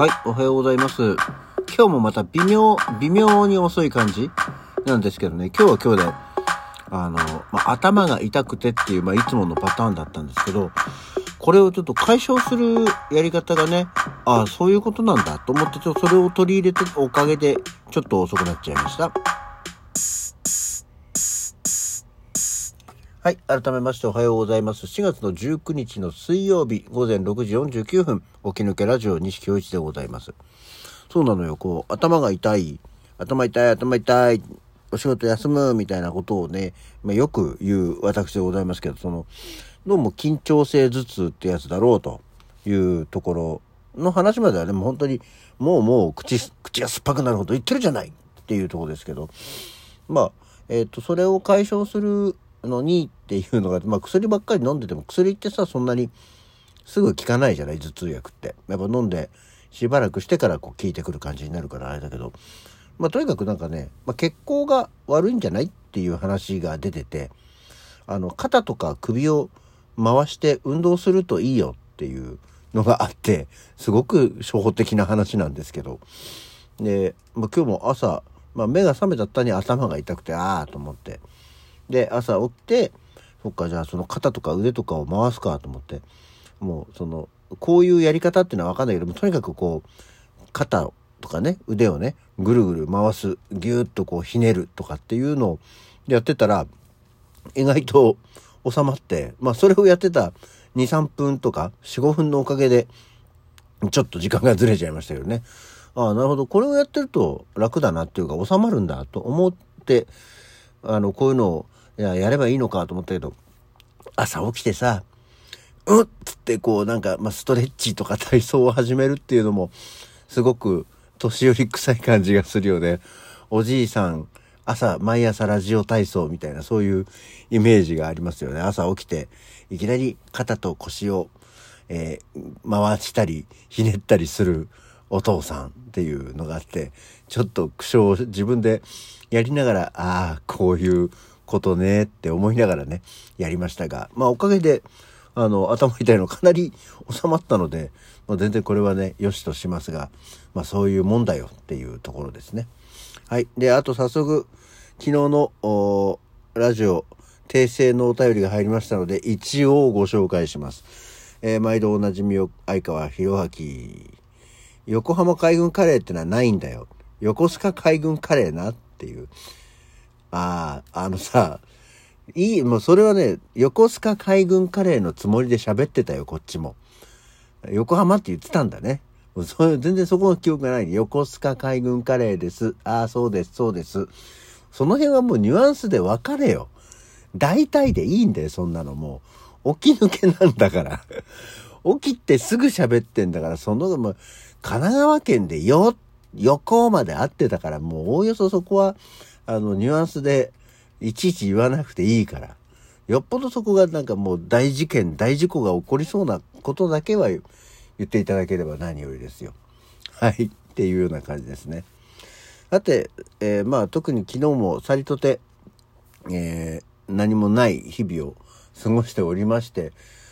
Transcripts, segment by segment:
はい、おはようございます。今日もまた微妙に遅い感じなんですけどね、今日は今日で、頭が痛くてっていう、いつものパターンだったんですけど、これをちょっと解消するやり方がね、そういうことなんだと思って、それを取り入れておかげで、ちょっと遅くなっちゃいました。はい。改めましておはようございます。4月の19日の水曜日午前6時49分、起き抜けラジオ西京一でございます。そうなのよ。頭が痛い、お仕事休むみたいなことをね、よく言う私でございますけど、どうも緊張性頭痛ってやつだろうというところの話まではね、もう本当にもう口が酸っぱくなるほど言ってるじゃないっていうところですけど、それを解消するのにっていうのが、薬ばっかり飲んでても、薬ってさ、そんなにすぐ効かないじゃない、頭痛薬って。やっぱ飲んでしばらくしてから効いてくる感じになるからあれだけど、とにかく血行が悪いんじゃないっていう話が出てて、肩とか首を回して運動するといいよっていうのがあって、すごく初歩的な話なんですけど、で、今日も朝、目が覚めたったに頭が痛くてと思って、で朝起きて、そっか、じゃあその肩とか腕とかを回すかと思って、もうこういうやり方っていうのは分かんないけども、とにかく肩とかね、腕をねぐるぐる回す、ギューッとひねるとかっていうのをやってたら意外と収まって、それをやってた 2,3 分とか 4,5 分のおかげでちょっと時間がずれちゃいましたけどね。なるほど、これをやってると楽だなっていうか収まるんだと思って、こういうのをやればいいのかと思ったけど、朝起きてさ、っつってストレッチとか体操を始めるっていうのもすごく年寄り臭い感じがするよね。おじいさん毎朝ラジオ体操みたいな、そういうイメージがありますよね。朝起きていきなり肩と腰を、回したりひねったりするお父さんっていうのがあって、ちょっと苦笑を自分でやりながら、こういうことねって思いながらねやりましたが、おかげで頭痛いのかなり収まったので、全然これはねよしとしますが、そういうもんだよっていうところですね。はい。で、あと早速昨日のラジオ訂正のお便りが入りましたので、一応ご紹介します。毎度おなじみ相川博明、横浜海軍カレーってのはないんだよ、横須賀海軍カレーなっていう。もうそれはね、横須賀海軍カレーのつもりで喋ってたよ、こっちも。横浜って言ってたんだね。全然そこの記憶がない。横須賀海軍カレーです。そうです。その辺はもうニュアンスで分かれよ。大体でいいんだよ、そんなの。もう起き抜けなんだから起きてすぐ喋ってんだから、神奈川県で横まで会ってたから、もうおおよそそこはニュアンスでいちいち言わなくていいから、よっぽどそこがもう大事故が起こりそうなことだけは言っていただければ何よりですよ。はい、っていうような感じですね。さて、特に昨日もさりとて、何もない日々を過ごしておりまして、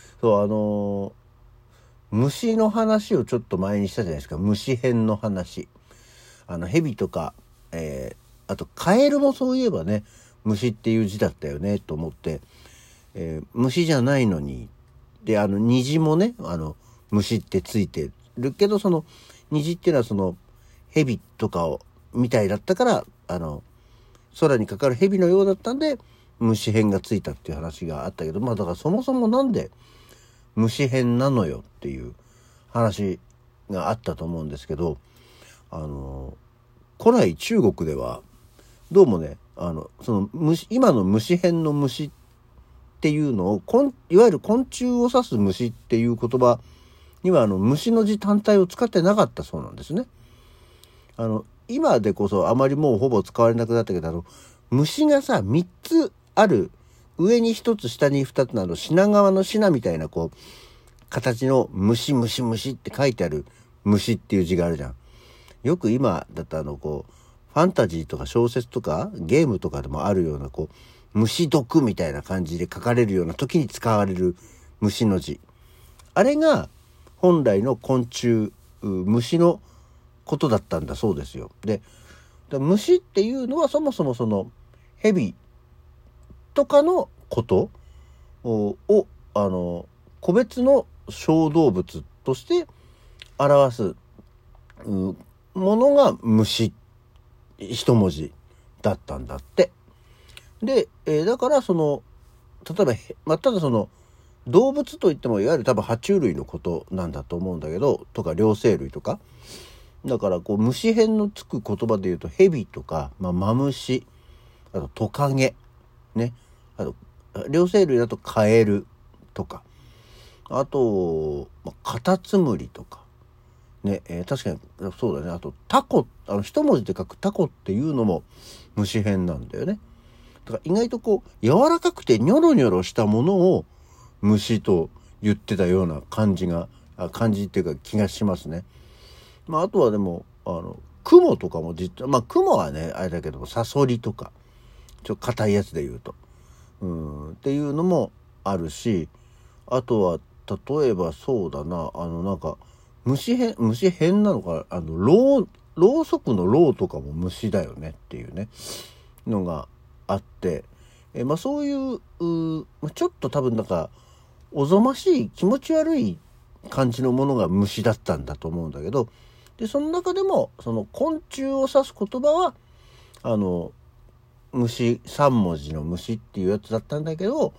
虫の話をちょっと前にしたじゃないですか。虫編の話。蛇とか、あとカエルもそういえばね、虫っていう字だったよねと思って、虫じゃないのに、で虹もね、虫ってついてるけど、その虹っていうのはその蛇とかをみたいだったから、空にかかる蛇のようだったんで虫編がついたっていう話があったけど、だからそもそもなんで虫編なのよっていう話があったと思うんですけど、古来中国ではどうもね、今の虫編の虫っていうのをいわゆる昆虫を指す虫っていう言葉には虫の字単体を使ってなかったそうなんですね。今でこそあまりもうほぼ使われなくなったけど、虫がさ3つある、上に1つ下に2つの品川の品みたいな形の虫って書いてある虫っていう字があるじゃん。よく今だとファンタジーとか小説とかゲームとかでもあるような虫毒みたいな感じで書かれるような時に使われる虫の字、あれが本来の昆虫虫のことだったんだそうですよ。で、虫っていうのはそもそもその蛇とかのことを個別の小動物として表すものが虫一文字だったんだって。で、だから例えば、ただその動物といってもいわゆる多分爬虫類のことなんだと思うんだけど、とか両生類とか、だからこう虫編のつく言葉で言うと蛇とか、マムシ、あとトカゲね、あと両生類だとカエルとか、あと、カタツムリとかね、確かにそうだね。あとタコ、一文字で書くタコっていうのも虫編なんだよね。だから意外とこう柔らかくてニョロニョロしたものを虫と言ってたような感じっていうか気がしますね。あとはでもクモとかも実はクモはねあれだけどサソリとかちょっと硬いやつで言うとっていうのもあるし、あとは例えばそうだな、なんか虫編なのか、ろうそくのろうとかも虫だよねっていうねのがあって、そういうちょっと多分なんかおぞましい気持ち悪い感じのものが虫だったんだと思うんだけど、でその中でもその昆虫を指す言葉は虫3文字の虫っていうやつだったんだけど、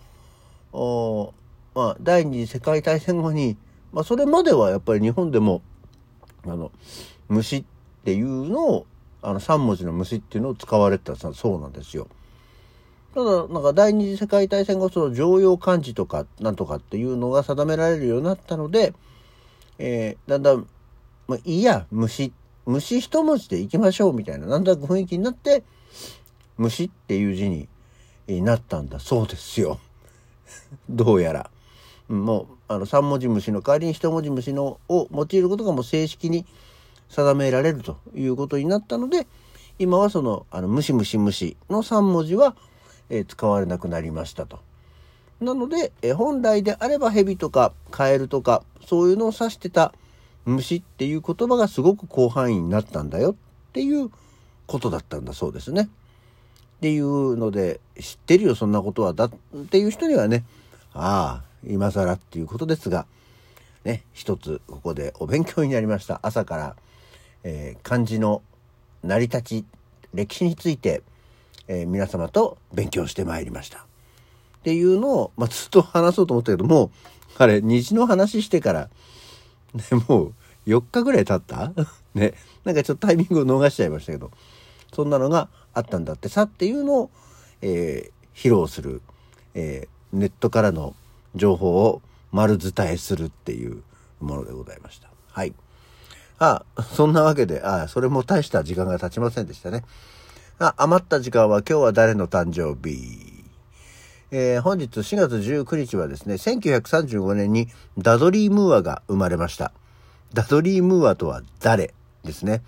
第二次世界大戦後に、それまではやっぱり日本でも虫っていうのを3文字の虫っていうのを使われてたそうなんですよ。ただなんか第二次世界大戦後その常用漢字とかなんとかっていうのが定められるようになったので、だんだん、いいや虫一文字でいきましょうみたいななんだか雰囲気になって虫っていう字になったんだそうですよ。どうやら。もう3文字虫の代わりに1文字虫のを用いることがもう正式に定められるということになったので、今はそのムシムシムシの3文字は、使われなくなりましたと。なので、本来であれば蛇とかカエルとかそういうのを指してた虫っていう言葉がすごく広範囲になったんだよっていうことだったんだそうですね。っていうので、知ってるよそんなことはだっていう人にはね、今更っていうことですがね、一つここでお勉強になりました。朝から、漢字の成り立ち歴史について、皆様と勉強してまいりましたっていうのを、ずっと話そうと思ったけども、虹の話してから、ね、もう4日ぐらい経ったね、なんかちょっとタイミングを逃しちゃいましたけど、そんなのがあったんだってさっていうのを、披露する、ネットからの情報を丸伝えするっていうものでございました。はい。そんなわけで、それも大した時間が経ちませんでしたね。余った時間は今日は誰の誕生日？本日4月19日はですね、1935年にダドリー・ムーアが生まれました。ダドリー・ムーアとは誰ですね。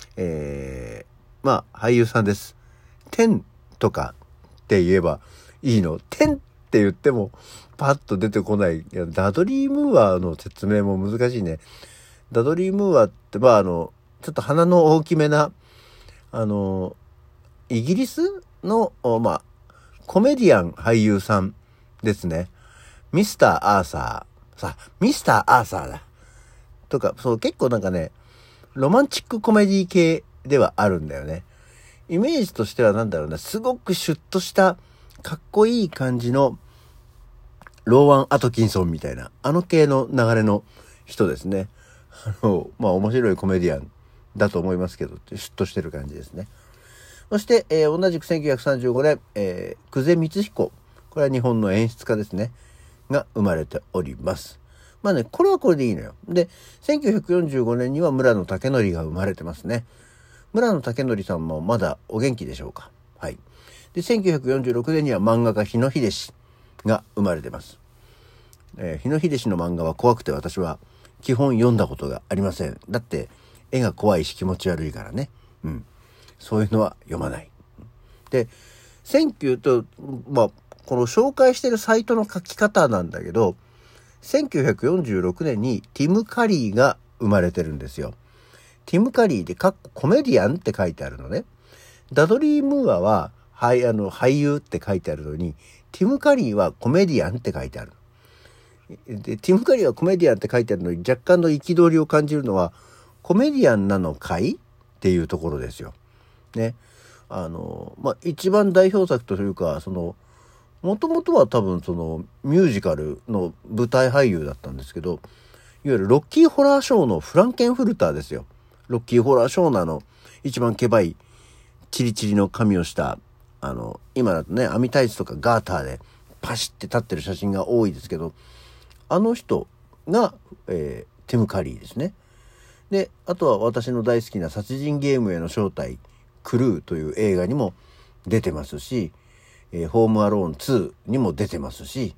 俳優さんです。天とかって言えばいいの？天って言ってもパッと出てこない。ダドリー・ムーアの説明も難しいね。ダドリー・ムーアってちょっと鼻の大きめなイギリスのコメディアン俳優さんですね。ミスター・アーサーミスター・アーサーだとか、そう結構なんかねロマンチックコメディ系ではあるんだよね。イメージとしてはなんだろうな、すごくシュッとしたかっこいい感じのローワン・アトキンソンみたいな系の流れの人ですね。面白いコメディアンだと思いますけど、シュッとしてる感じですね。そして、同じく1935年、久世光彦、これは日本の演出家ですねが生まれております。これはこれでいいのよ。で、1945年には村野武則が生まれてますね。村野武則さんもまだお元気でしょうか。はい。で、1946年には漫画家日野秀氏が生まれてます。日野秀氏の漫画は怖くて私は基本読んだことがありません。だって絵が怖いし気持ち悪いからね。そういうのは読まない。で、この紹介してるサイトの書き方なんだけど、1946年にティム・カリーが生まれてるんですよ。ティム・カリーでコメディアンって書いてあるのね。ダドリー・ムーアは俳優って書いてあるのに、ティム・カリーはコメディアンって書いてある。で、ティム・カリーはコメディアンって書いてあるのに若干の憤りを感じるのは、コメディアンなのかいっていうところですよ。ね。一番代表作というか、もともとは多分ミュージカルの舞台俳優だったんですけど、いわゆるロッキーホラーショーのフランケンフルターですよ。ロッキーホラーショーの一番ケバいチリチリの髪をした、今だとね、網タイツとかガーターでパシって立ってる写真が多いですけど、あの人が、ティム・カリーですね。で、あとは私の大好きな殺人ゲームへの招待、クルーという映画にも出てますし、ホームアローン2にも出てますし、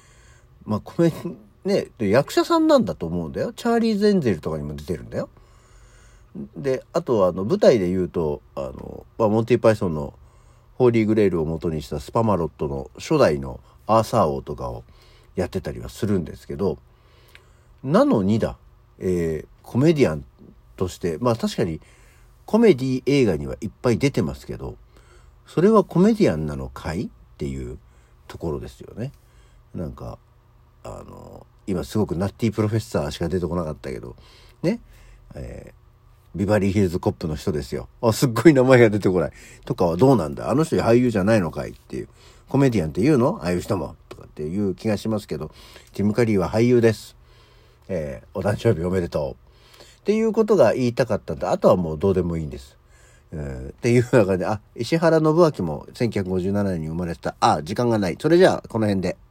役者さんなんだと思うんだよ。チャーリー・ゼンゼルとかにも出てるんだよ。で、あとは舞台で言うと、モンティ・パイソンのホーリー・グレールを元にしたスパマロットの初代のアーサー王とかをやってたりはするんですけど、なのにコメディアンとして、確かにコメディ映画にはいっぱい出てますけど、それはコメディアンなのかいっていうところですよね。なんか、今すごくナッティプロフェッサーしか出てこなかったけど、ね、ビバリーヒルズコップの人ですよ。すっごい名前が出てこない。とかはどうなんだ、あの人俳優じゃないのかいっていう。コメディアンって言うの、ああいう人もとかっていう気がしますけど、ティム・カリーは俳優です。お誕生日おめでとうっていうことが言いたかったんで、あとはもうどうでもいいんです。っていう中で、石原信明も1957年に生まれてた。時間がない。それじゃあこの辺で。